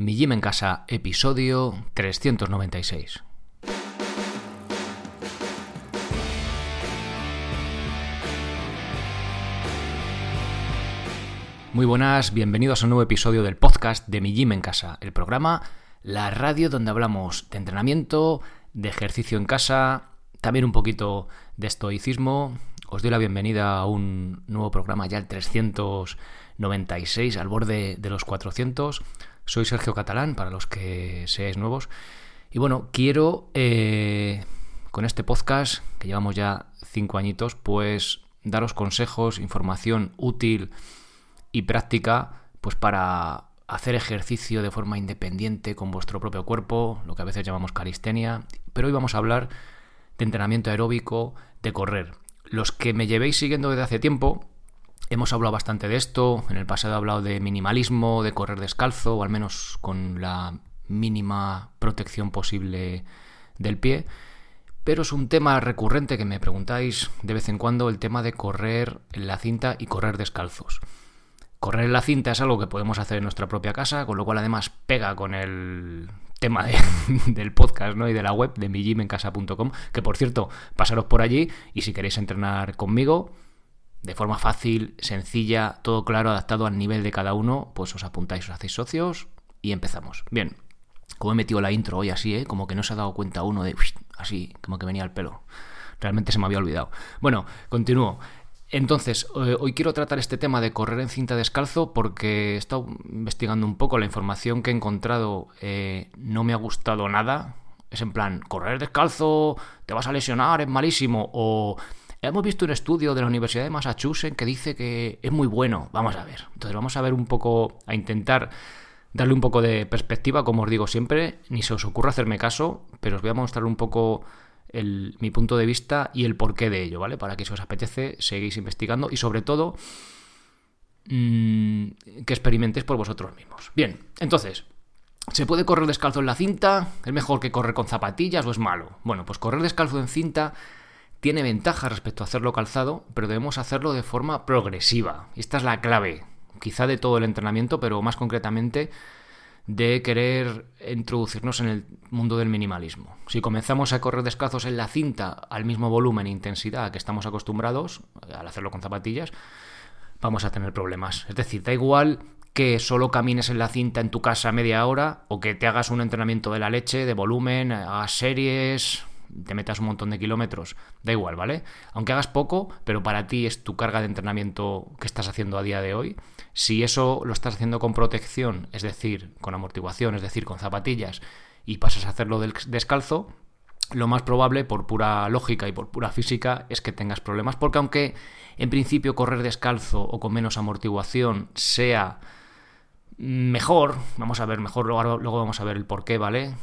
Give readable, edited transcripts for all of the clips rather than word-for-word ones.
Mi Gym en Casa, episodio 396. Muy buenas, bienvenidos a un nuevo episodio del podcast de Mi Gym en Casa, el programa, la radio donde hablamos de entrenamiento, de ejercicio en casa, también un poquito de estoicismo. Os doy la bienvenida a un nuevo programa, ya el 396, al borde de los 400. Soy Sergio Catalán, para los que seáis nuevos. Y bueno, quiero, con este podcast, que llevamos ya 5 añitos, pues daros consejos, información útil y práctica, pues para hacer ejercicio de forma independiente con vuestro propio cuerpo, lo que a veces llamamos calistenia. Pero hoy vamos a hablar de entrenamiento aeróbico, de correr. Los que me llevéis siguiendo desde hace tiempo, hemos hablado bastante de esto. En el pasado he hablado de minimalismo, de correr descalzo, o al menos con la mínima protección posible del pie. Pero es un tema recurrente que me preguntáis de vez en cuando, el tema de correr en la cinta y correr descalzos. Correr en la cinta es algo que podemos hacer en nuestra propia casa, con lo cual además pega con el tema del podcast, ¿no? Y de la web de migymencasa.com, que por cierto, pasaros por allí y si queréis entrenar conmigo de forma fácil, sencilla, todo claro, adaptado al nivel de cada uno, pues os apuntáis, os hacéis socios y empezamos. Bien, como he metido la intro hoy así, como que no se ha dado cuenta uno de así, como que venía al pelo. Realmente se me había olvidado. Bueno, continúo. Entonces, hoy quiero tratar este tema de correr en cinta descalzo porque he estado investigando un poco. La información que he encontrado no me ha gustado nada. Es en plan, correr descalzo, te vas a lesionar, es malísimo. O hemos visto un estudio de la Universidad de Massachusetts que dice que es muy bueno. Vamos a ver. Entonces vamos a ver un poco, a intentar darle un poco de perspectiva, como os digo siempre. Ni se os ocurra hacerme caso, pero os voy a mostrar un poco mi punto de vista y el porqué de ello, ¿vale? Para que si os apetece seguís investigando y sobre todo que experimentéis por vosotros mismos. Bien, entonces, ¿se puede correr descalzo en la cinta? ¿Es mejor que correr con zapatillas o es malo? Bueno, pues correr descalzo en cinta tiene ventajas respecto a hacerlo calzado, pero debemos hacerlo de forma progresiva. Esta es la clave, quizá de todo el entrenamiento, pero más concretamente de querer introducirnos en el mundo del minimalismo. Si comenzamos a correr descalzos en la cinta al mismo volumen e intensidad que estamos acostumbrados, al hacerlo con zapatillas, vamos a tener problemas. Es decir, da igual que solo camines en la cinta en tu casa media hora o que te hagas un entrenamiento de la leche, de volumen, hagas series, te metas un montón de kilómetros, da igual, ¿vale? Aunque hagas poco, pero para ti es tu carga de entrenamiento que estás haciendo a día de hoy. Si eso lo estás haciendo con protección, es decir, con amortiguación, es decir, con zapatillas, y pasas a hacerlo descalzo, lo más probable, por pura lógica y por pura física, es que tengas problemas, porque aunque en principio correr descalzo o con menos amortiguación sea mejor, vamos a ver, mejor, luego vamos a ver el porqué, ¿vale?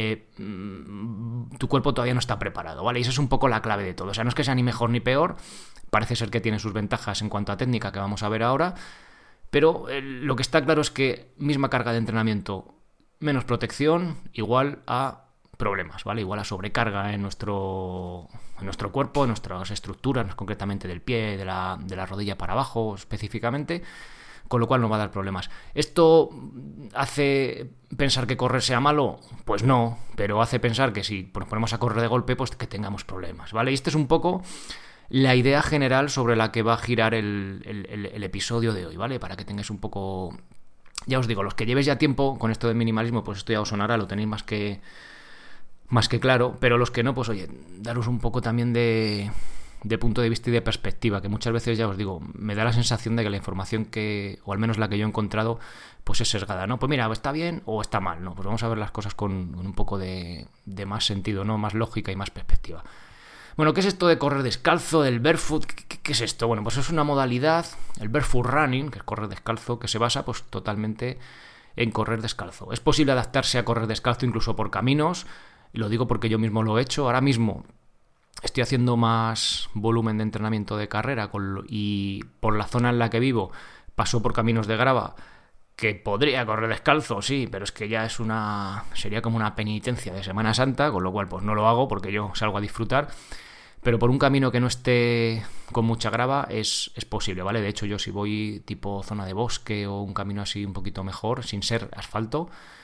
Tu cuerpo todavía no está preparado, ¿vale? Y esa es un poco la clave de todo. O sea, no es que sea ni mejor ni peor, parece ser que tiene sus ventajas en cuanto a técnica que vamos a ver ahora, pero lo que está claro es que misma carga de entrenamiento, menos protección, igual a problemas, ¿vale? Igual a sobrecarga en nuestro cuerpo, en nuestras estructuras, concretamente del pie, de la rodilla para abajo específicamente, con lo cual nos va a dar problemas. ¿Esto hace pensar que correr sea malo? Pues no, pero hace pensar que si nos ponemos a correr de golpe, pues que tengamos problemas, ¿vale? Y este es un poco la idea general sobre la que va a girar el episodio de hoy, ¿vale? Para que tengáis un poco... Ya os digo, los que llevéis ya tiempo con esto del minimalismo, pues esto ya os sonará, lo tenéis más que claro, pero los que no, pues oye, daros un poco también de punto de vista y de perspectiva, que muchas veces, ya os digo, me da la sensación de que la información que, o al menos la que yo he encontrado, pues es sesgada, ¿no? Pues mira, está bien o está mal, ¿no? Pues vamos a ver las cosas con un poco de más sentido, ¿no? Más lógica y más perspectiva. Bueno, ¿qué es esto de correr descalzo, del barefoot? ¿Qué es esto? Bueno, pues es una modalidad, el barefoot running, que es correr descalzo, que se basa pues totalmente en correr descalzo. Es posible adaptarse a correr descalzo incluso por caminos, y lo digo porque yo mismo lo he hecho. Ahora mismo estoy haciendo más volumen de entrenamiento de carrera y por la zona en la que vivo paso por caminos de grava que podría correr descalzo, sí, pero es que ya sería como una penitencia de Semana Santa, con lo cual pues no lo hago porque yo salgo a disfrutar. Pero por un camino que no esté con mucha grava es posible, ¿vale? De hecho, yo si voy tipo zona de bosque o un camino así un poquito mejor, sin ser asfalto,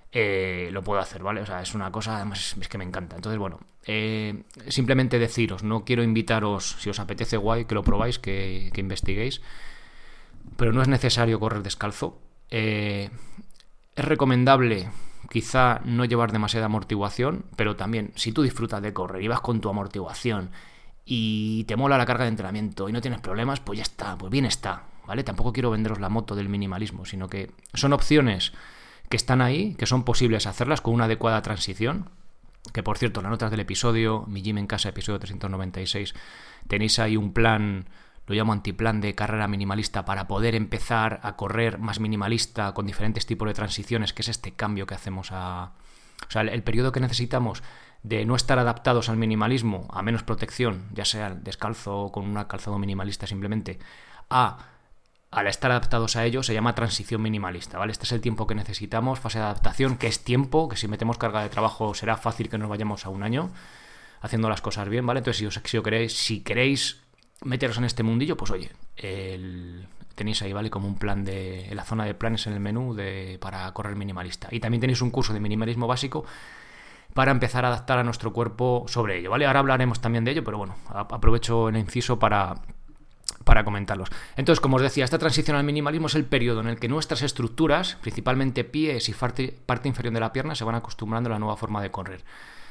lo puedo hacer, ¿vale? O sea, es una cosa, además es que me encanta. Entonces, bueno, simplemente deciros, no quiero invitaros, si os apetece guay, que lo probáis, que investiguéis, pero no es necesario correr descalzo. Es recomendable quizá no llevar demasiada amortiguación, pero también si tú disfrutas de correr y vas con tu amortiguación y te mola la carga de entrenamiento y no tienes problemas, pues ya está, pues bien está, ¿vale? Tampoco quiero venderos la moto del minimalismo, sino que son opciones que están ahí, que son posibles hacerlas con una adecuada transición. Que por cierto, en las notas del episodio, mi Gym en Casa, episodio 396, tenéis ahí un plan, lo llamo antiplan de carrera minimalista, para poder empezar a correr más minimalista con diferentes tipos de transiciones, que es este cambio que hacemos o sea, el periodo que necesitamos de no estar adaptados al minimalismo, a menos protección, ya sea descalzo o con un calzado minimalista simplemente, al estar adaptados a ello, se llama transición minimalista, ¿vale? Este es el tiempo que necesitamos, fase de adaptación, que es tiempo, que si metemos carga de trabajo será fácil que nos vayamos a un año haciendo las cosas bien, ¿vale? Entonces, si queréis meteros en este mundillo, pues oye, tenéis ahí, ¿vale? Como un plan en la zona de planes en el menú para correr minimalista. Y también tenéis un curso de minimalismo básico para empezar a adaptar a nuestro cuerpo sobre ello, ¿vale? Ahora hablaremos también de ello, pero bueno, aprovecho el inciso para comentarlos. Entonces, como os decía, esta transición al minimalismo es el periodo en el que nuestras estructuras, principalmente pies y parte inferior de la pierna, se van acostumbrando a la nueva forma de correr.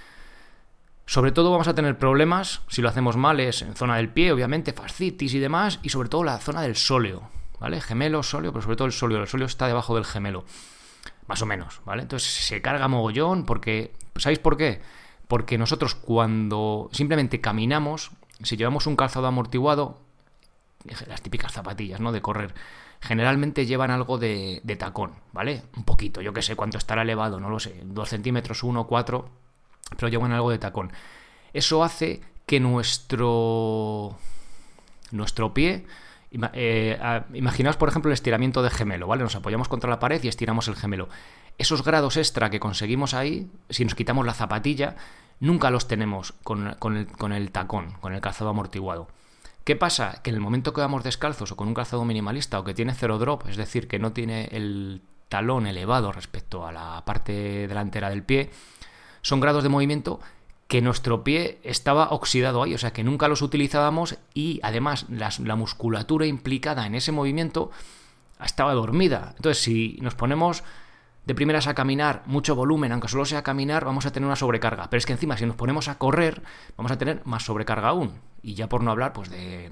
Sobre todo vamos a tener problemas, si lo hacemos mal, es en zona del pie, obviamente, fascitis y demás, y sobre todo la zona del sóleo, ¿vale? Gemelo, sóleo, pero sobre todo el sóleo. El sóleo está debajo del gemelo, más o menos, ¿vale? Entonces se carga mogollón porque... ¿Sabéis por qué? Porque nosotros cuando simplemente caminamos, si llevamos un calzado amortiguado, las típicas zapatillas, ¿no?, de correr, generalmente llevan algo de tacón, ¿vale? Un poquito, yo que sé cuánto estará elevado, no lo sé, 2 centímetros, 1, 4, pero llevan algo de tacón. Eso hace que nuestro pie... imaginaos, por ejemplo, el estiramiento de gemelo, ¿vale? Nos apoyamos contra la pared y estiramos el gemelo. Esos grados extra que conseguimos ahí, si nos quitamos la zapatilla, nunca los tenemos con el tacón, con el calzado amortiguado. ¿Qué pasa? Que en el momento que vamos descalzos o con un calzado minimalista o que tiene cero drop, es decir, que no tiene el talón elevado respecto a la parte delantera del pie, son grados de movimiento que nuestro pie estaba oxidado ahí, o sea que nunca los utilizábamos y además la musculatura implicada en ese movimiento estaba dormida. Entonces, si nos ponemos de primeras a caminar, mucho volumen, aunque solo sea caminar, vamos a tener una sobrecarga. Pero es que encima, si nos ponemos a correr, vamos a tener más sobrecarga aún. Y ya por no hablar, pues, en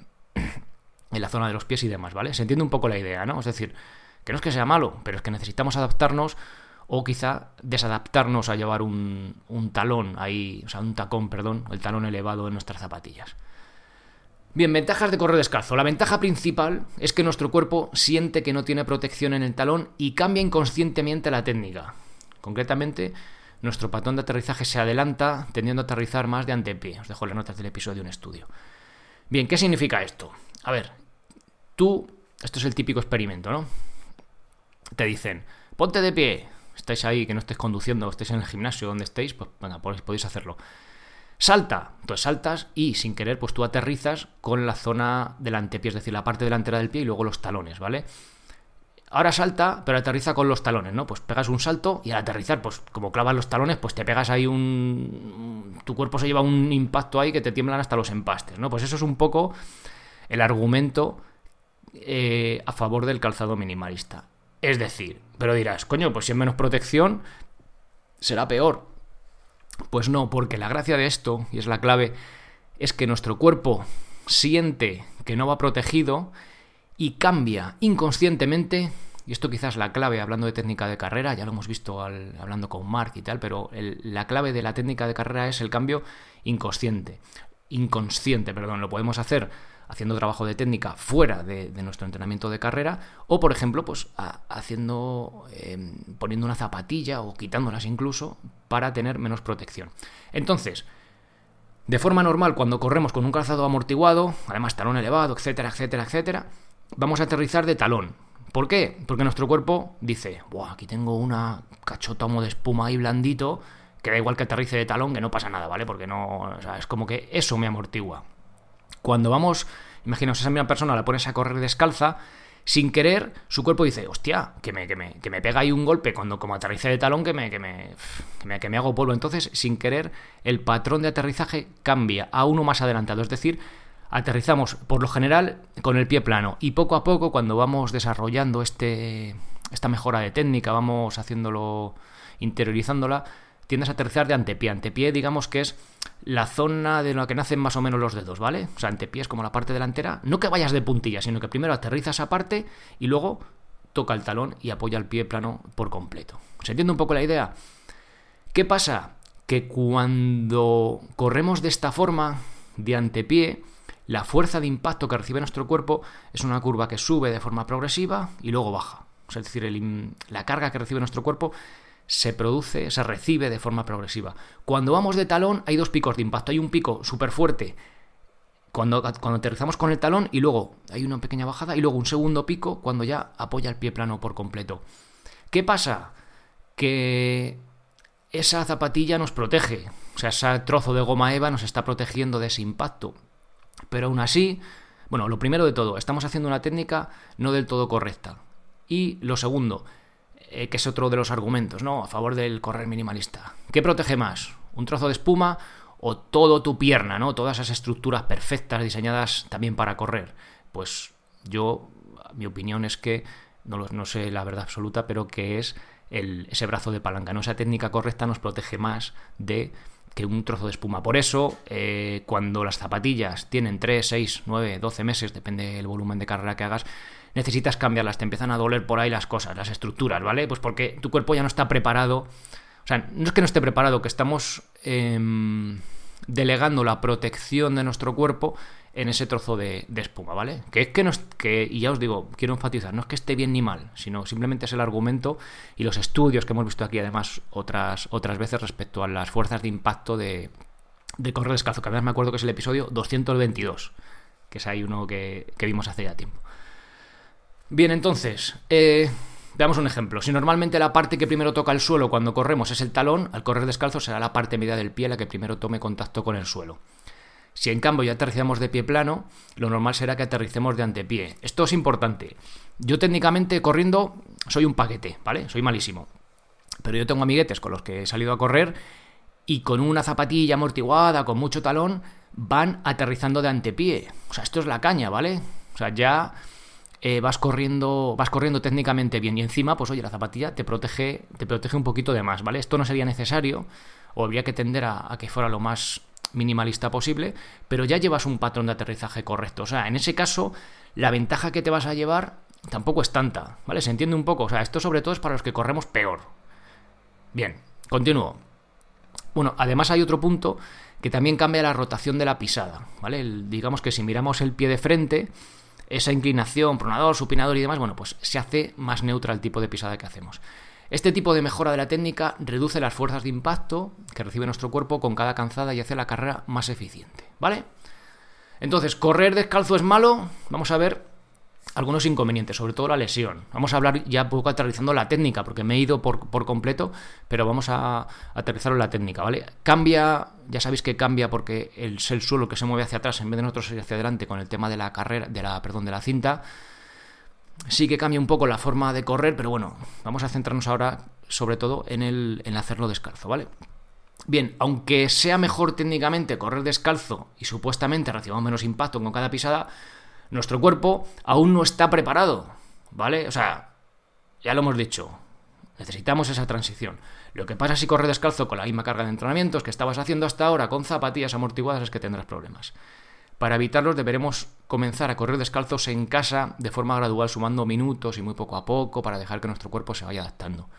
la zona de los pies y demás, ¿vale? Se entiende un poco la idea, ¿no? Es decir, que no es que sea malo, pero es que necesitamos adaptarnos o quizá desadaptarnos a llevar un talón ahí, o sea, un tacón, perdón, el talón elevado en nuestras zapatillas. Bien, ventajas de correr descalzo. La ventaja principal es que nuestro cuerpo siente que no tiene protección en el talón y cambia inconscientemente la técnica. Concretamente, nuestro patrón de aterrizaje se adelanta, tendiendo a aterrizar más de antepié. Os dejo en las notas del episodio un estudio. Bien, ¿qué significa esto? A ver, esto es el típico experimento, ¿no? Te dicen, ponte de pie. Estáis ahí, que no estéis conduciendo, estéis en el gimnasio, donde estéis, pues venga, podéis hacerlo. Salta, entonces saltas y sin querer pues tú aterrizas con la zona del antepié, es decir, la parte delantera del pie y luego los talones, ¿vale? Ahora salta, pero aterriza con los talones, ¿no? Pues pegas un salto y al aterrizar, pues como clavas los talones, pues te pegas ahí tu cuerpo se lleva un impacto ahí que te tiemblan hasta los empastes, ¿no? Pues eso es un poco el argumento a favor del calzado minimalista. Es decir, pero dirás, coño, pues si es menos protección, será peor. Pues no, porque la gracia de esto, y es la clave, es que nuestro cuerpo siente que no va protegido y cambia inconscientemente, y esto quizás es la clave hablando de técnica de carrera, ya lo hemos visto hablando con Mark y tal, pero la clave de la técnica de carrera es el cambio inconsciente, lo podemos hacer haciendo trabajo de técnica fuera de nuestro entrenamiento de carrera o, por ejemplo, pues poniendo una zapatilla o quitándolas incluso para tener menos protección. Entonces, de forma normal, cuando corremos con un calzado amortiguado, además talón elevado, etcétera, etcétera, etcétera, vamos a aterrizar de talón. ¿Por qué? Porque nuestro cuerpo dice, buah, aquí tengo una cachota de espuma ahí blandito, que da igual que aterrice de talón, que no pasa nada, ¿vale? Porque no, o sea, es como que eso me amortigua. Cuando vamos, imaginaos, esa misma persona la pones a correr descalza, sin querer, su cuerpo dice, hostia, que me pega ahí un golpe cuando como aterrice de talón que me hago polvo. Entonces, sin querer, el patrón de aterrizaje cambia a uno más adelantado. Es decir, aterrizamos por lo general con el pie plano y poco a poco, cuando vamos desarrollando esta mejora de técnica, vamos haciéndolo, interiorizándola, tiendes a aterrizar de antepié. Antepié, digamos que es la zona de la que nacen más o menos los dedos, ¿vale? O sea, antepié es como la parte delantera. No que vayas de puntilla, sino que primero aterrizas aparte y luego toca el talón y apoya el pie plano por completo. ¿Se entiende un poco la idea? ¿Qué pasa? Que cuando corremos de esta forma, de antepié, la fuerza de impacto que recibe nuestro cuerpo es una curva que sube de forma progresiva y luego baja. O sea, es decir, la carga que recibe nuestro cuerpo se recibe de forma progresiva. Cuando vamos de talón hay dos picos de impacto. Hay un pico súper fuerte cuando aterrizamos con el talón y luego hay una pequeña bajada y luego un segundo pico cuando ya apoya el pie plano por completo. ¿Qué pasa? Que esa zapatilla nos protege. O sea, ese trozo de goma eva nos está protegiendo de ese impacto. Pero aún así, bueno, lo primero de todo, estamos haciendo una técnica no del todo correcta. Y lo segundo, que es otro de los argumentos, ¿no?, a favor del correr minimalista. ¿Qué protege más? ¿Un trozo de espuma o todo tu pierna, ¿no? Todas esas estructuras perfectas diseñadas también para correr. Pues mi opinión es que, no sé la verdad absoluta, pero que es ese brazo de palanca, ¿no? Esa técnica correcta nos protege más de que un trozo de espuma. Por eso, cuando las zapatillas tienen 3, 6, 9, 12 meses, depende del volumen de carrera que hagas, necesitas cambiarlas, te empiezan a doler por ahí las cosas, las estructuras, ¿vale? Pues porque tu cuerpo ya no está preparado. O sea, no es que no esté preparado, que estamos delegando la protección de nuestro cuerpo en ese trozo de espuma, ¿vale? Que es que no es que, y ya os digo, quiero enfatizar, no es que esté bien ni mal, sino simplemente es el argumento y los estudios que hemos visto aquí, además, otras veces respecto a las fuerzas de impacto de correr descalzo, que además me acuerdo que es el episodio 222, que es ahí uno que vimos hace ya tiempo. Bien, entonces, veamos un ejemplo. Si normalmente la parte que primero toca el suelo cuando corremos es el talón, al correr descalzo será la parte media del pie la que primero tome contacto con el suelo. Si en cambio ya aterrizamos de pie plano, lo normal será que aterricemos de antepié. Esto es importante. Yo técnicamente corriendo soy un paquete, ¿vale? Soy malísimo. Pero yo tengo amiguetes con los que he salido a correr y con una zapatilla amortiguada, con mucho talón, van aterrizando de antepié. O sea, esto es la caña, ¿vale? O sea, ya vas corriendo técnicamente bien y encima, pues oye, la zapatilla te protege un poquito de más, ¿vale? Esto no sería necesario o habría que tender a que fuera lo más minimalista posible, pero ya llevas un patrón de aterrizaje correcto. O sea, en ese caso, la ventaja que te vas a llevar tampoco es tanta, ¿vale? Se entiende un poco. O sea, esto sobre todo es para los que corremos peor. Bien, continúo. Bueno, además hay otro punto que también cambia la rotación de la pisada, ¿vale? Digamos que si miramos el pie de frente, esa inclinación, pronador, supinador y demás, bueno, pues se hace más neutra el tipo de pisada que hacemos. Este tipo de mejora de la técnica reduce las fuerzas de impacto que recibe nuestro cuerpo con cada calzada y hace la carrera más eficiente, ¿vale? Entonces, ¿correr descalzo es malo? Vamos a ver algunos inconvenientes, sobre todo la lesión. Vamos a hablar ya un poco aterrizando la técnica, porque me he ido por completo, pero vamos a aterrizar la técnica, ¿vale? Cambia, ya sabéis que cambia porque es el suelo que se mueve hacia atrás en vez de nosotros ir hacia adelante con el tema de la carrera, de la cinta. Sí que cambia un poco la forma de correr, pero bueno, vamos a centrarnos ahora sobre todo en hacerlo descalzo, ¿vale? Bien, aunque sea mejor técnicamente correr descalzo y supuestamente recibamos menos impacto con cada pisada, nuestro cuerpo aún no está preparado, ¿vale? O sea, ya lo hemos dicho, necesitamos esa transición. Lo que pasa si corres descalzo con la misma carga de entrenamientos que estabas haciendo hasta ahora con zapatillas amortiguadas es que tendrás problemas. Para evitarlos deberemos comenzar a correr descalzos en casa de forma gradual, sumando minutos y muy poco a poco para dejar que nuestro cuerpo se vaya adaptando.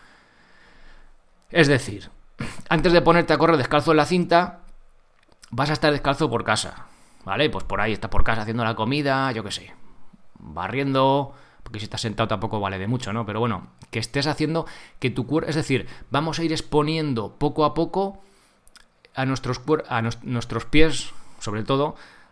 Es decir, antes de ponerte a correr descalzo en la cinta, vas a estar descalzo por casa, ¿vale? Pues por ahí estás por casa haciendo la comida, yo qué sé, barriendo, porque si estás sentado tampoco vale de mucho, ¿no? Pero bueno, que estés haciendo que tu cuerpo, es decir, vamos a ir exponiendo poco a poco a nuestros pies, sobre todo,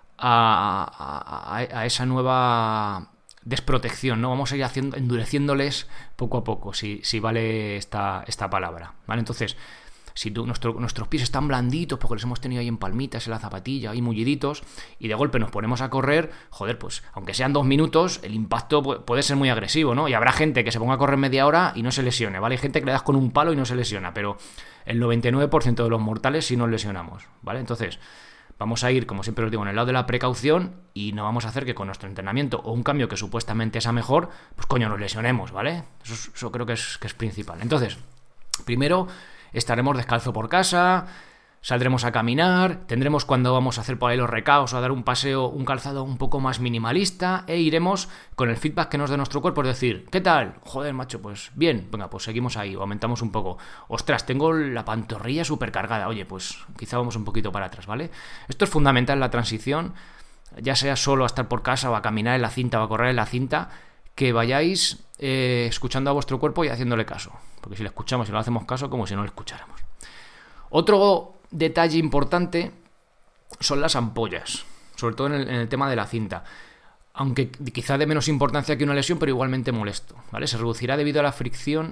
a esa nueva desprotección, ¿no? Vamos a ir endureciéndoles poco a poco, si vale esta palabra, ¿vale? Entonces, si nuestros pies están blanditos porque los hemos tenido ahí en palmitas, en la zapatilla, ahí mulliditos, y de golpe nos ponemos a correr, joder, pues aunque sean 2 minutos, el impacto puede ser muy agresivo, ¿no? Y habrá gente que se ponga a correr media hora y no se lesione, ¿vale? Hay gente que le das con un palo y no se lesiona, pero el 99% de los mortales sí nos lesionamos, ¿vale? Entonces, vamos a ir, como siempre os digo, en el lado de la precaución y no vamos a hacer que con nuestro entrenamiento o un cambio que supuestamente es a mejor, pues coño, nos lesionemos, ¿vale? Eso creo que es principal. Entonces, primero estaremos descalzo por casa, saldremos a caminar, tendremos cuando vamos a hacer por ahí los recaos o a dar un paseo, un calzado un poco más minimalista e iremos con el feedback que nos dé nuestro cuerpo, es decir, ¿qué tal? Joder, macho, pues bien, venga, pues seguimos ahí o aumentamos un poco. Ostras, tengo la pantorrilla súper cargada, oye, pues quizá vamos un poquito para atrás, ¿vale? Esto es fundamental en la transición, ya sea solo a estar por casa o a caminar en la cinta o a correr en la cinta, que vayáis escuchando a vuestro cuerpo y haciéndole caso, porque si le escuchamos y no le hacemos caso, como si no le escucháramos. Otro detalle importante son las ampollas, sobre todo en el tema de la cinta, aunque quizá de menos importancia que una lesión, pero igualmente molesto, ¿vale? Se producirán debido a la fricción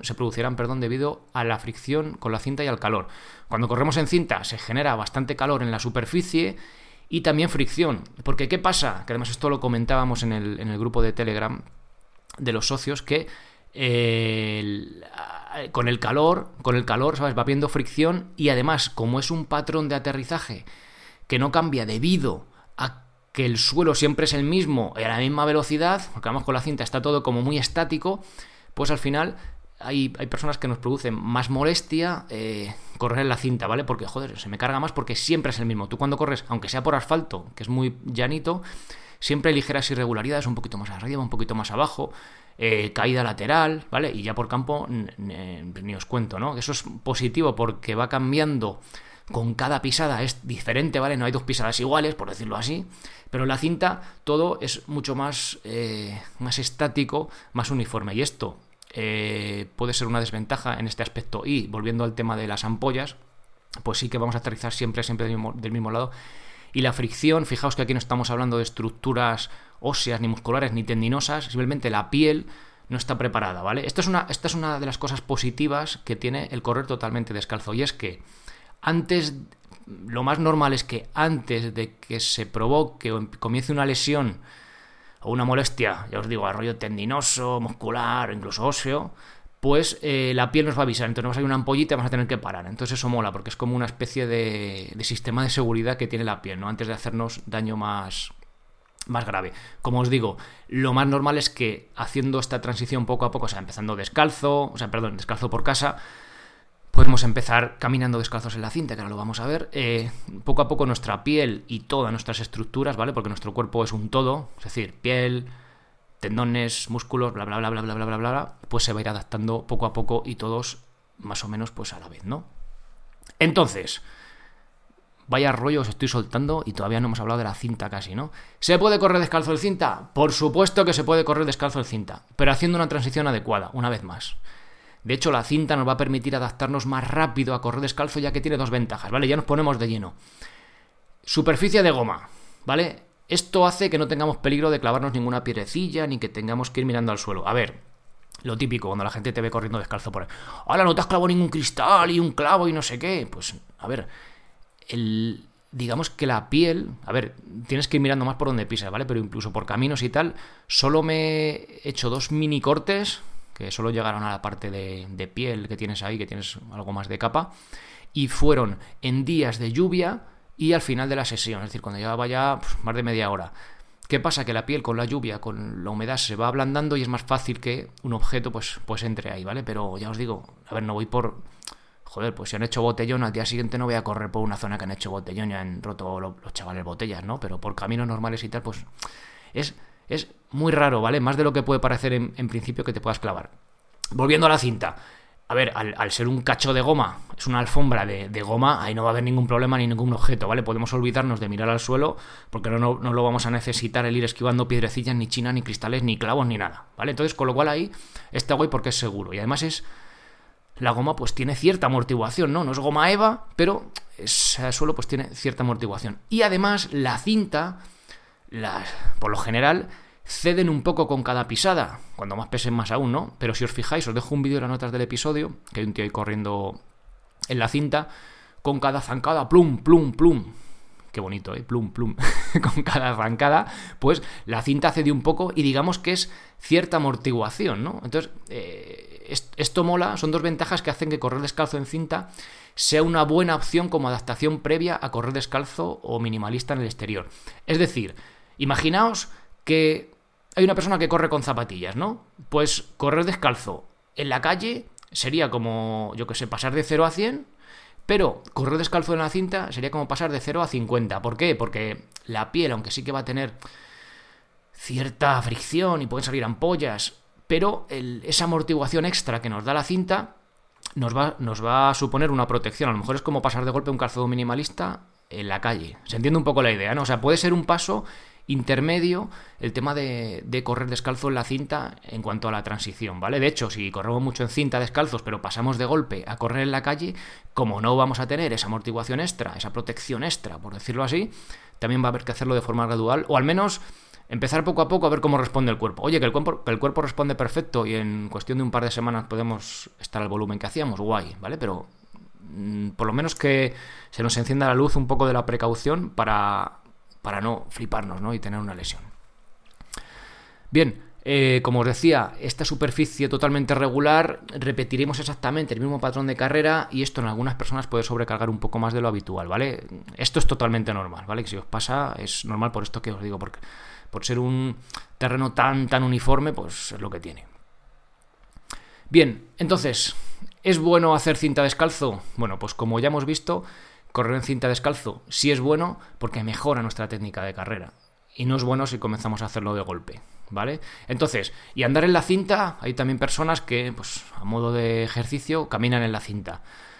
con la cinta y al calor. Cuando corremos en cinta se genera bastante calor en la superficie y también fricción, porque ¿qué pasa? Que además esto lo comentábamos en el grupo de Telegram de los socios, que con el calor, ¿sabes? Va habiendo fricción y además, como es un patrón de aterrizaje que no cambia debido a que el suelo siempre es el mismo y a la misma velocidad, porque vamos con la cinta, está todo como muy estático, pues al final hay personas que nos producen más molestia correr en la cinta, ¿vale? Porque, joder, se me carga más porque siempre es el mismo. Tú cuando corres, aunque sea por asfalto, que es muy llanito, siempre hay ligeras irregularidades, un poquito más arriba, un poquito más abajo, caída lateral, ¿vale? Y ya por campo ni os cuento, ¿no? Eso es positivo porque va cambiando con cada pisada, es diferente, ¿vale? No hay 2 pisadas iguales, por decirlo así, pero en la cinta todo es mucho más estático, más uniforme, y esto puede ser una desventaja en este aspecto. Y volviendo al tema de las ampollas, pues sí que vamos a aterrizar siempre del mismo lado. Y la fricción, fijaos que aquí no estamos hablando de estructuras óseas, ni musculares, ni tendinosas, simplemente la piel no está preparada, ¿vale? Esta es una de las cosas positivas que tiene el correr totalmente descalzo, y es que lo más normal es que antes de que se provoque o comience una lesión o una molestia, ya os digo, a rollo tendinoso, muscular o incluso óseo, pues la piel nos va a avisar, entonces nos va a salir una ampollita y vamos a tener que parar. Entonces eso mola, porque es como una especie de sistema de seguridad que tiene la piel, ¿no? Antes de hacernos daño más grave. Como os digo, lo más normal es que haciendo esta transición poco a poco, o sea, empezando descalzo por casa, podemos empezar caminando descalzos en la cinta, que ahora lo vamos a ver. Poco a poco nuestra piel y todas nuestras estructuras, ¿vale? Porque nuestro cuerpo es un todo, es decir, piel, tendones, músculos, bla, bla, bla, bla, bla, bla, bla, bla, pues se va a ir adaptando poco a poco y todos más o menos pues a la vez, ¿no? Entonces, vaya rollo os estoy soltando y todavía no hemos hablado de la cinta casi, ¿no? ¿Se puede correr descalzo en cinta? Por supuesto que se puede correr descalzo en cinta, pero haciendo una transición adecuada, una vez más. De hecho, la cinta nos va a permitir adaptarnos más rápido a correr descalzo, ya que tiene 2 ventajas, ¿vale? Ya nos ponemos de lleno. Superficie de goma, ¿vale? Esto hace que no tengamos peligro de clavarnos ninguna piedrecilla ni que tengamos que ir mirando al suelo. A ver, lo típico, cuando la gente te ve corriendo descalzo por ahí. ¡Hala, no te has clavado ningún cristal y un clavo y no sé qué! Pues, a ver, digamos que la piel... A ver, tienes que ir mirando más por donde pisas, ¿vale? Pero incluso por caminos y tal, solo me he hecho 2 mini cortes, que solo llegaron a la parte de piel que tienes ahí, que tienes algo más de capa, y fueron en días de lluvia y al final de la sesión, es decir, cuando llevaba ya más de media hora. ¿Qué pasa? Que la piel con la lluvia, con la humedad, se va ablandando y es más fácil que un objeto pues entre ahí, ¿vale? Pero ya os digo, a ver, no voy por... Joder, pues si han hecho botellón, al día siguiente no voy a correr por una zona que han hecho botellón y han roto los chavales botellas, ¿no? Pero por caminos normales y tal, pues es muy raro, ¿vale? Más de lo que puede parecer en principio que te puedas clavar. Volviendo a la cinta. A ver, al ser un cacho de goma, es una alfombra de goma, ahí no va a haber ningún problema ni ningún objeto, ¿vale? Podemos olvidarnos de mirar al suelo porque no lo vamos a necesitar el ir esquivando piedrecillas, ni chinas, ni cristales, ni clavos, ni nada, ¿vale? Entonces, con lo cual ahí está guay porque es seguro. Y además la goma pues tiene cierta amortiguación, ¿no? No es goma eva, pero el suelo pues tiene cierta amortiguación. Y además la cinta, por lo general, ceden un poco con cada pisada, cuando más pesen más aún, ¿no? Pero si os fijáis, os dejo un vídeo en las notas del episodio, que hay un tío ahí corriendo en la cinta con cada zancada, plum, plum, plum. Qué bonito, plum, plum. Con cada zancada, pues la cinta cede un poco y digamos que es cierta amortiguación, ¿no? Entonces, esto mola, son dos ventajas que hacen que correr descalzo en cinta sea una buena opción como adaptación previa a correr descalzo o minimalista en el exterior. Es decir, imaginaos que hay una persona que corre con zapatillas, ¿no? Pues correr descalzo en la calle sería como, yo que sé, pasar de 0 a 100, pero correr descalzo en la cinta sería como pasar de 0 a 50. ¿Por qué? Porque la piel, aunque sí que va a tener cierta fricción y pueden salir ampollas, pero esa amortiguación extra que nos da la cinta nos va a suponer una protección. A lo mejor es como pasar de golpe un calzado minimalista en la calle. Se entiende un poco la idea, ¿no? O sea, puede ser un paso intermedio el tema de correr descalzo en la cinta en cuanto a la transición, ¿vale? De hecho, si corremos mucho en cinta descalzos, pero pasamos de golpe a correr en la calle, como no vamos a tener esa amortiguación extra, esa protección extra, por decirlo así, también va a haber que hacerlo de forma gradual, o al menos empezar poco a poco a ver cómo responde el cuerpo. Oye, que el cuerpo responde perfecto y en cuestión de un par de semanas podemos estar al volumen que hacíamos, guay, ¿vale? Pero por lo menos que se nos encienda la luz un poco de la precaución para no fliparnos, ¿no? Y tener una lesión. Bien, como os decía, esta superficie totalmente regular, repetiremos exactamente el mismo patrón de carrera y esto en algunas personas puede sobrecargar un poco más de lo habitual, ¿vale? Esto es totalmente normal, ¿vale? Que si os pasa es normal por esto que os digo, porque por ser un terreno tan uniforme, pues es lo que tiene. Bien, entonces, ¿es bueno hacer cinta descalzo? Bueno, pues como ya hemos visto, correr en cinta descalzo sí es bueno porque mejora nuestra técnica de carrera. Y no es bueno si comenzamos a hacerlo de golpe, ¿vale? Entonces, y andar en la cinta, hay también personas que, pues, a modo de ejercicio, caminan en la cinta.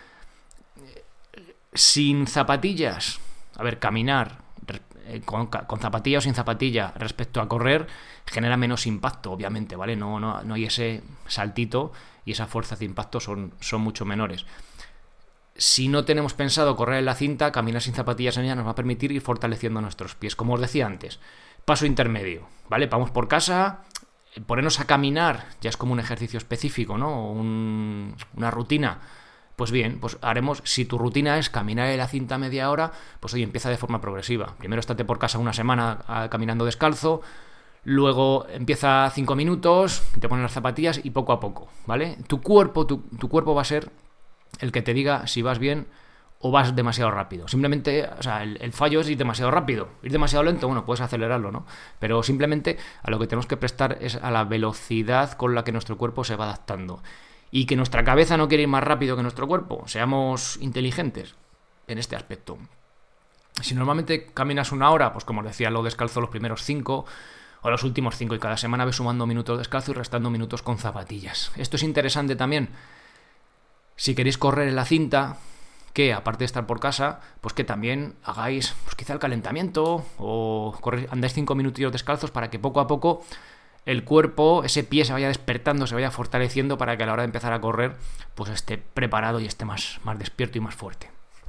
Sin zapatillas, a ver, caminar con zapatilla o sin zapatilla respecto a correr genera menos impacto, obviamente, ¿vale? No hay ese saltito y esa fuerza de impacto son mucho menores. Si no tenemos pensado correr en la cinta, caminar sin zapatillas en ella nos va a permitir ir fortaleciendo nuestros pies. Como os decía antes, paso intermedio, ¿vale? Vamos por casa, ponernos a caminar ya es como un ejercicio específico, ¿no? Una rutina. Pues bien, pues haremos, si tu rutina es caminar en la cinta media hora, pues oye, empieza de forma progresiva. Primero estate por casa una semana caminando descalzo, luego empieza 5 minutos, te pones las zapatillas y poco a poco, ¿vale? Tu cuerpo va a ser el que te diga si vas bien o vas demasiado rápido. Simplemente, o sea, el fallo es ir demasiado rápido. Ir demasiado lento, bueno, puedes acelerarlo, ¿no? Pero simplemente a lo que tenemos que prestar es a la velocidad con la que nuestro cuerpo se va adaptando. Y que nuestra cabeza no quiere ir más rápido que nuestro cuerpo. Seamos inteligentes en este aspecto. Si normalmente caminas una hora, pues como os decía, lo descalzo los primeros 5 o los últimos 5 y cada semana ves sumando minutos descalzo y restando minutos con zapatillas. Esto es interesante también. Si queréis correr en la cinta, que aparte de estar por casa, pues que también hagáis pues quizá el calentamiento o andáis 5 minutillos descalzos para que poco a poco el cuerpo, ese pie se vaya despertando, se vaya fortaleciendo para que a la hora de empezar a correr pues esté preparado y esté más despierto y más fuerte.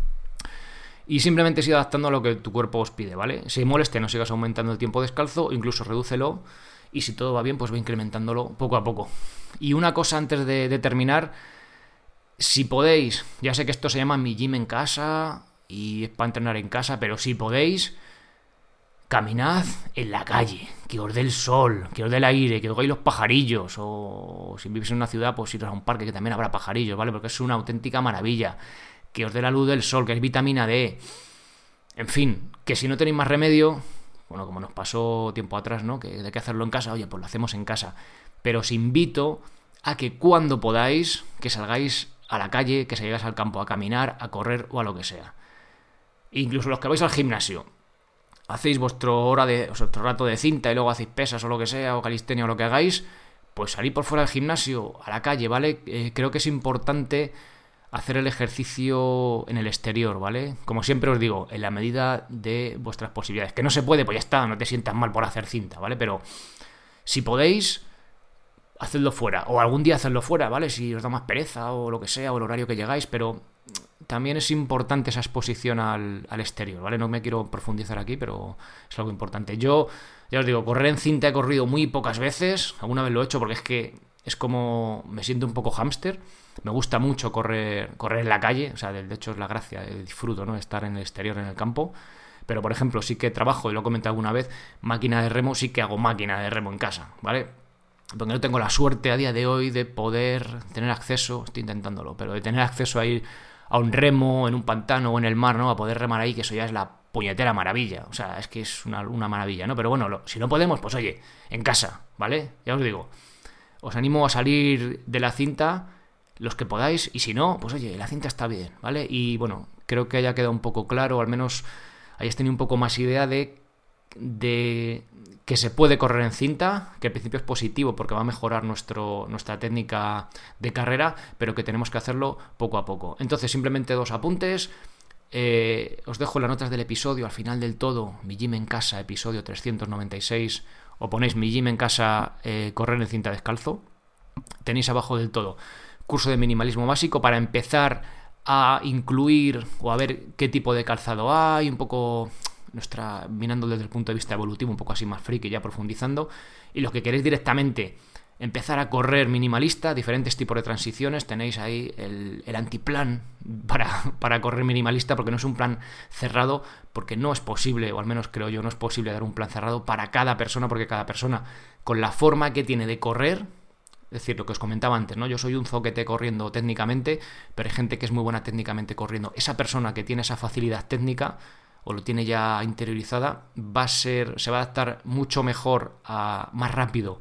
Y simplemente siga adaptando a lo que tu cuerpo os pide, ¿vale? Si moleste, no sigas aumentando el tiempo descalzo, incluso redúcelo y si todo va bien, pues va incrementándolo poco a poco. Y una cosa antes de terminar, si podéis, ya sé que esto se llama mi gym en casa y es para entrenar en casa, pero si podéis, caminad en la calle, que os dé el sol, que os dé el aire, que os oigáis los pajarillos, o si vivís en una ciudad, pues iros a un parque que también habrá pajarillos, ¿vale? Porque es una auténtica maravilla, que os dé la luz del sol, que es vitamina D, en fin, que si no tenéis más remedio, bueno, como nos pasó tiempo atrás, ¿no? Que hay que hacerlo en casa, oye, pues lo hacemos en casa, pero os invito a que cuando podáis, que salgáis a la calle, que salgáis al campo a caminar, a correr o a lo que sea. Incluso los que vais al gimnasio, hacéis vuestro rato de cinta y luego hacéis pesas o lo que sea, o calistenia o lo que hagáis, pues salid por fuera del gimnasio, a la calle, ¿vale? Creo que es importante hacer el ejercicio en el exterior, ¿vale? Como siempre os digo, en la medida de vuestras posibilidades. Que no se puede, pues ya está, no te sientas mal por hacer cinta, ¿vale? Pero si podéis, hacedlo fuera, o algún día hacedlo fuera, ¿vale? Si os da más pereza o lo que sea, o el horario que llegáis, pero también es importante esa exposición al exterior, ¿vale? No me quiero profundizar aquí, pero es algo importante. Yo, ya os digo, correr en cinta he corrido muy pocas veces, alguna vez lo he hecho porque es que es como me siento un poco hámster, Me gusta mucho correr en la calle, o sea, de hecho es la gracia, disfruto, ¿no?, estar en el exterior, en el campo. Pero, por ejemplo, sí que trabajo, y lo he comentado alguna vez, máquina de remo, sí que hago máquina de remo en casa, ¿vale? Porque no tengo la suerte a día de hoy de poder tener acceso, estoy intentándolo, pero de tener acceso a ir a un remo en un pantano o en el mar, ¿no?, a poder remar ahí, que eso ya es la puñetera maravilla. O sea, es que es una maravilla, ¿no? Pero bueno, si no podemos, pues oye, en casa, ¿vale? Ya os digo, os animo a salir de la cinta los que podáis, y si no, pues oye, la cinta está bien, ¿vale? Y bueno, creo que haya quedado un poco claro, al menos hayáis tenido un poco más idea de que se puede correr en cinta, que al principio es positivo porque va a mejorar nuestra técnica de carrera, pero que tenemos que hacerlo poco a poco. Entonces, simplemente 2 apuntes. Os dejo las notas del episodio al final del todo, Mi Gym en Casa, episodio 396, o ponéis Mi Gym en Casa, correr en cinta descalzo. Tenéis abajo del todo curso de minimalismo básico para empezar a incluir o a ver qué tipo de calzado hay, un poco mirando desde el punto de vista evolutivo, un poco así más friki, ya profundizando. Y los que queréis directamente empezar a correr minimalista, diferentes tipos de transiciones, tenéis ahí el antiplan para correr minimalista, porque no es un plan cerrado, porque no es posible, o al menos creo yo, no es posible dar un plan cerrado para cada persona, porque cada persona, con la forma que tiene de correr, es decir, lo que os comentaba antes, ¿no? Yo soy un zoquete corriendo técnicamente, pero hay gente que es muy buena técnicamente corriendo. Esa persona que tiene esa facilidad técnica o lo tiene ya interiorizada, se va a adaptar mucho mejor, más rápido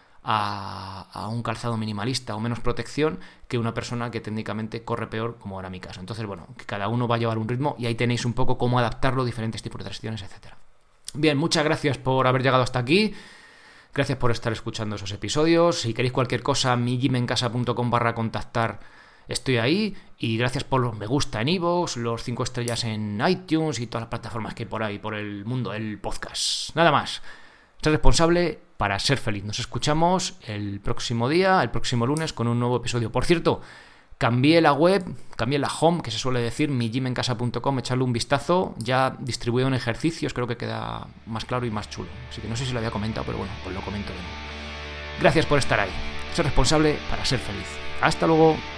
a un calzado minimalista o menos protección que una persona que técnicamente corre peor, como era mi caso. Entonces, bueno, que cada uno va a llevar un ritmo y ahí tenéis un poco cómo adaptarlo, diferentes tipos de transiciones, etcétera. Bien, muchas gracias por haber llegado hasta aquí. Gracias por estar escuchando esos episodios. Si queréis cualquier cosa, migymencasa.com/contactar, estoy ahí. Y gracias por los me gusta en iVoox, los 5 estrellas en iTunes y todas las plataformas que hay por ahí, por el mundo del podcast. Nada más. Ser responsable para ser feliz. Nos escuchamos el próximo día, el próximo lunes, con un nuevo episodio. Por cierto, cambié la web, cambié la home, que se suele decir, migymencasa.com, echarle un vistazo, ya distribuido en ejercicios, creo que queda más claro y más chulo. Así que no sé si lo había comentado, pero bueno, pues lo comento de nuevo. Gracias por estar ahí. Ser responsable para ser feliz. Hasta luego.